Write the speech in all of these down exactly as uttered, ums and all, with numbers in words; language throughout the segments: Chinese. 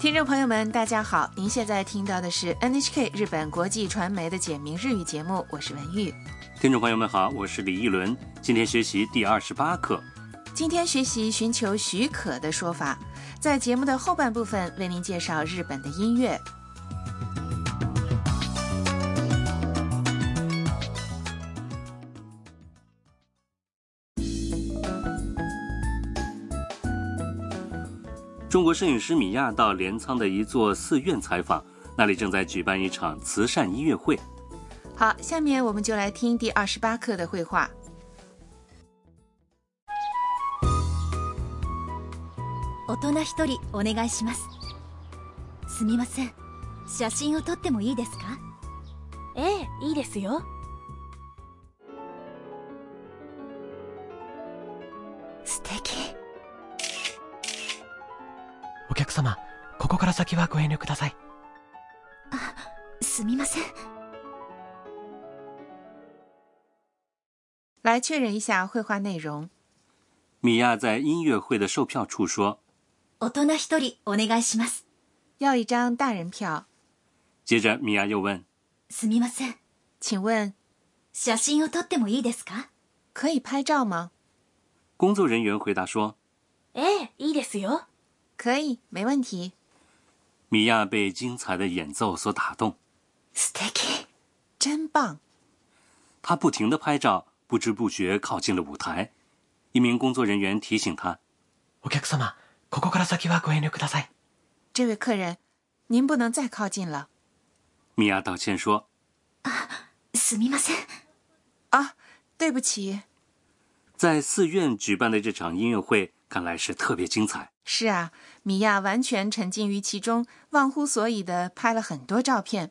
听众朋友们大家好，您现在听到的是 N H K 日本国际传媒的简明日语节目，我是文玉。 听众朋友们好，我是李一伦，今天学习第二十八课。 今天学习寻求许可的说法，在节目的后半部分为您介绍日本的音乐。 中国摄影师米娅到镰仓的一座寺院采访，那里正在举办一场慈善音乐会。 好，下面我们就来听第二十八课的绘画。 大人一人お願いします。すみません、写真を撮ってもいいですか？ ええ、いいですよ。 素敵。 お客様、ここから先はご遠慮ください。 あ、すみません。 来确认一下绘画内容。 米娅在音乐会的售票处说： 大人一人お願いします。 要一张大人票。 接着米娅又问： すみません、 请问写真を撮ってもいいですか？ 可以拍照吗？ 工作人员回答说： ええ、いいですよ。 可以，没问题。 米娅被精彩的演奏所打动， 素敵， 真棒。 她不停地拍照，不知不觉靠近了舞台。一名工作人员提醒她： お客様、ここから先はご遠慮ください。 这位客人，您不能再靠近了。 米娅道歉说： あ、すみません。 啊，对不起。 在寺院举办的这场音乐会看来是特别精彩。 是啊，米娅完全沉浸于其中，忘乎所以地拍了很多照片。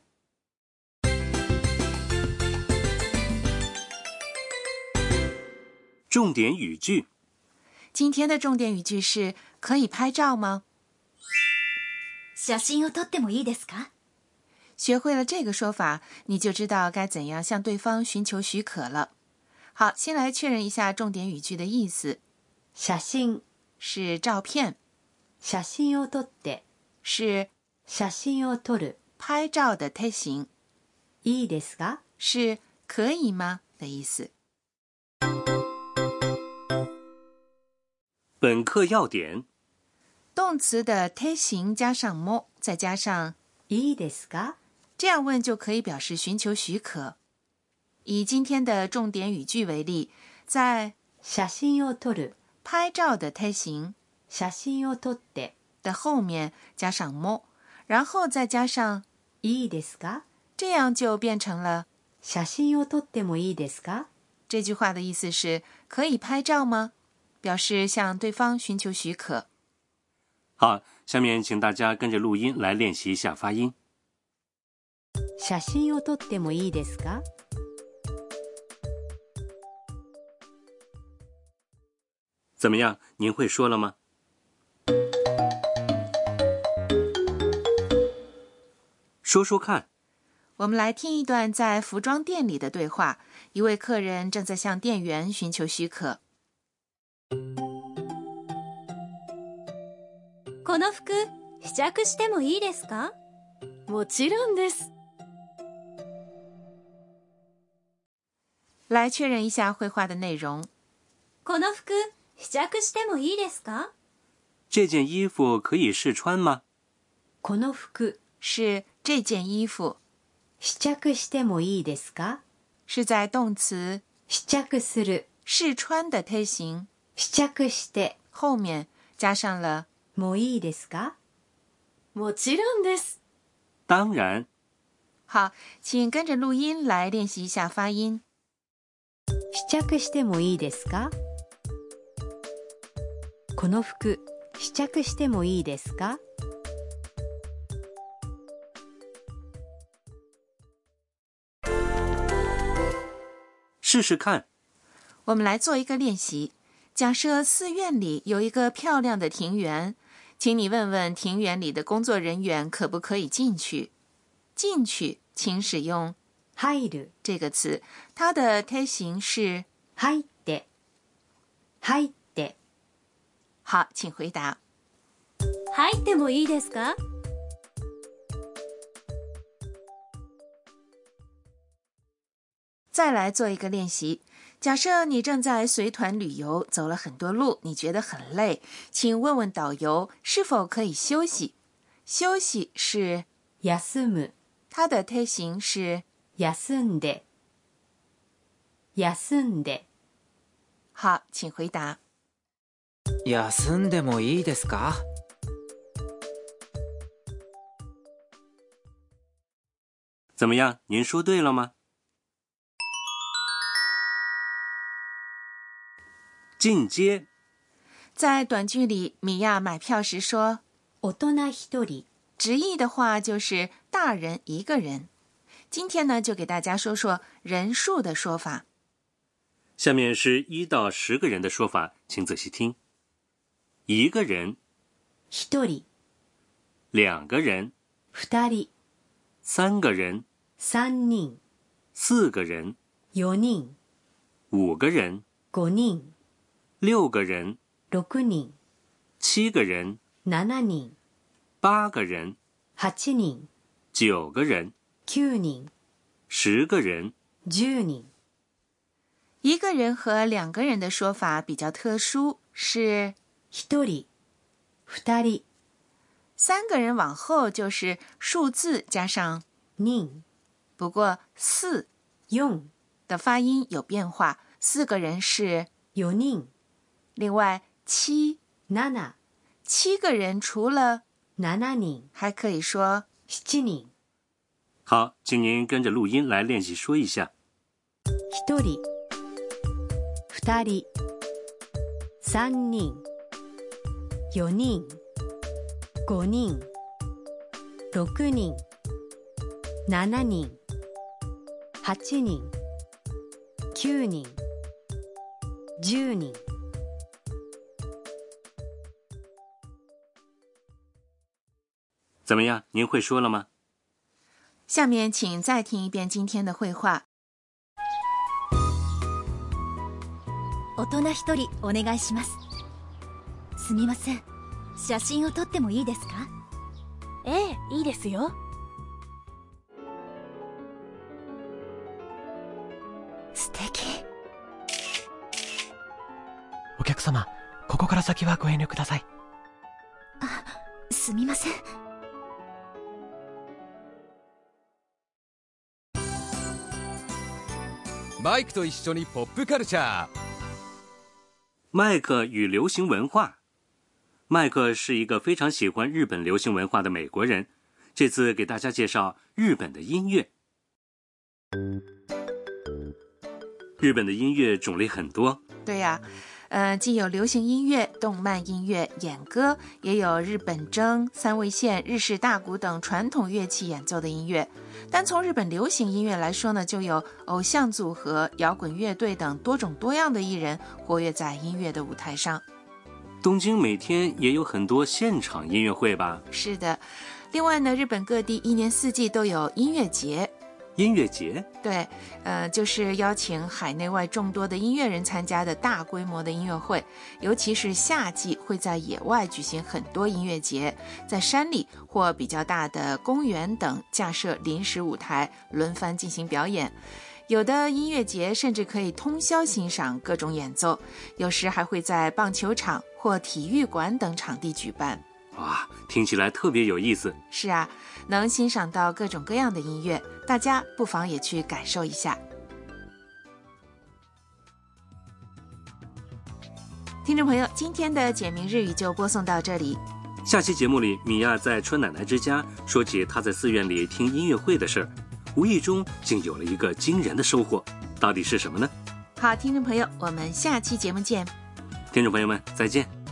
重点语句， 今天的重点语句是可以拍照吗？ 写真を撮ってもいいですか？ 学会了这个说法，你就知道该怎样向对方寻求许可了。好，先来确认一下重点语句的意思。 写真是照片， 写真を撮って是写真を撮る拍照的手型。 いいですか？ 是可以吗的意思。 本课要点： 动词的手型加上も，再加上いいですか？ 这样问就可以表示寻求许可。以今天的重点语句为例，在写真を撮る拍照的手型写真を撮って的后面加上も，然后再加上いいですか？ 这样就变成了写真を撮ってもいいですか？ 这句话的意思是可以拍照吗？表示向对方寻求许可。 好，下面请大家跟着录音来练习一下发音。 写真を撮ってもいいですか？ 怎么样，您会说了吗？说说看。 我们来听一段在服装店里的对话，一位客人正在向店员寻求许可。 この服、試着してもいいですか？ もちろんです。 来确认一下绘画的内容。 この服、試着してもいいですか？ 这件衣服可以试穿吗？ この服是这件衣服， 試着してもいいですか？ 是在动词試着する试穿的手型試着して后面加上了もいいですか？ もちろんです。 当然。 好，请跟着录音来练习一下发音。 試着してもいいですか？この服試着してもいいですか？ 试试看。 我们来做一个练习。假设寺院里有一个漂亮的庭园，请你问问庭园里的工作人员可不可以进去。进去，请使用入る这个词，它的手型是入って入って好，请回答。 入ってもいいですか？ 再来做一个练习。假设你正在随团旅游，走了很多路，你觉得很累，请问问导游是否可以休息。休息是休む、 它的推形是休んで、休んで。 好，请回答。 休んでもいいですか？ 怎么样？您说对了吗？进阶。 在短剧里，米娅买票时说大人一人， 直译的话就是大人一个人。今天呢，就给大家说说人数的说法。 下面是一到十个人的说法，请仔细听。一个人， 一人， 两个人， 二人， 三个人， 三人， 四个人， 四人， 五个人， 五人， 六个人， 六人， 七个人， 七人， 八个人， 八人， 九个人， 九人， 十个人， 十人。 一个人和两个人的说法比较特殊，是一人、二人。 三个人往后就是数字加上人。 不过四、 四的发音有变化，四个人是四人。 另外七、 七、 七个人除了七人， 还可以说七人。 好，请您跟着录音来练习说一下。 一人、二人、三人、四人、五人、六人、七人、八人、九人、十人。 怎么样？您会说了吗？ 下面请再听一遍今天的绘画。 大人一人お願いします。すみません、写真を撮ってもいいですか？ ええ、いいですよ。 素敵。 お客様、ここから先はご遠慮ください。 あ、すみません。 マイクと一緒にポップカルチャー。 麦克与流行文化。麦克是一个非常喜欢日本流行文化的美国人，这次给大家介绍日本的音乐。日本的音乐种类很多。 对呀，呃，既有流行音乐、动漫音乐、演歌，也有日本筝、三味线、日式大鼓等传统乐器演奏的音乐。单从日本流行音乐来说呢，就有偶像组合、摇滚乐队等多种多样的艺人活跃在音乐的舞台上。 东京每天也有很多现场音乐会吧？ 是的。另外呢，日本各地一年四季都有音乐节。 音乐节？ 对，呃，就是邀请海内外众多的音乐人参加的大规模的音乐会，尤其是夏季会在野外举行很多音乐节，在山里或比较大的公园等架设临时舞台，轮番进行表演。有的音乐节甚至可以通宵欣赏各种演奏，有时还会在棒球场或体育馆等场地举办。 哇，听起来特别有意思。 是啊，能欣赏到各种各样的音乐，大家不妨也去感受一下。听众朋友，今天的简明日语就播送到这里。 下期节目里，米娅在春奶奶之家说起她在寺院里听音乐会的事儿，无意中竟有了一个惊人的收获，到底是什么呢？ 好，听众朋友，我们下期节目见。 听众朋友们，再见。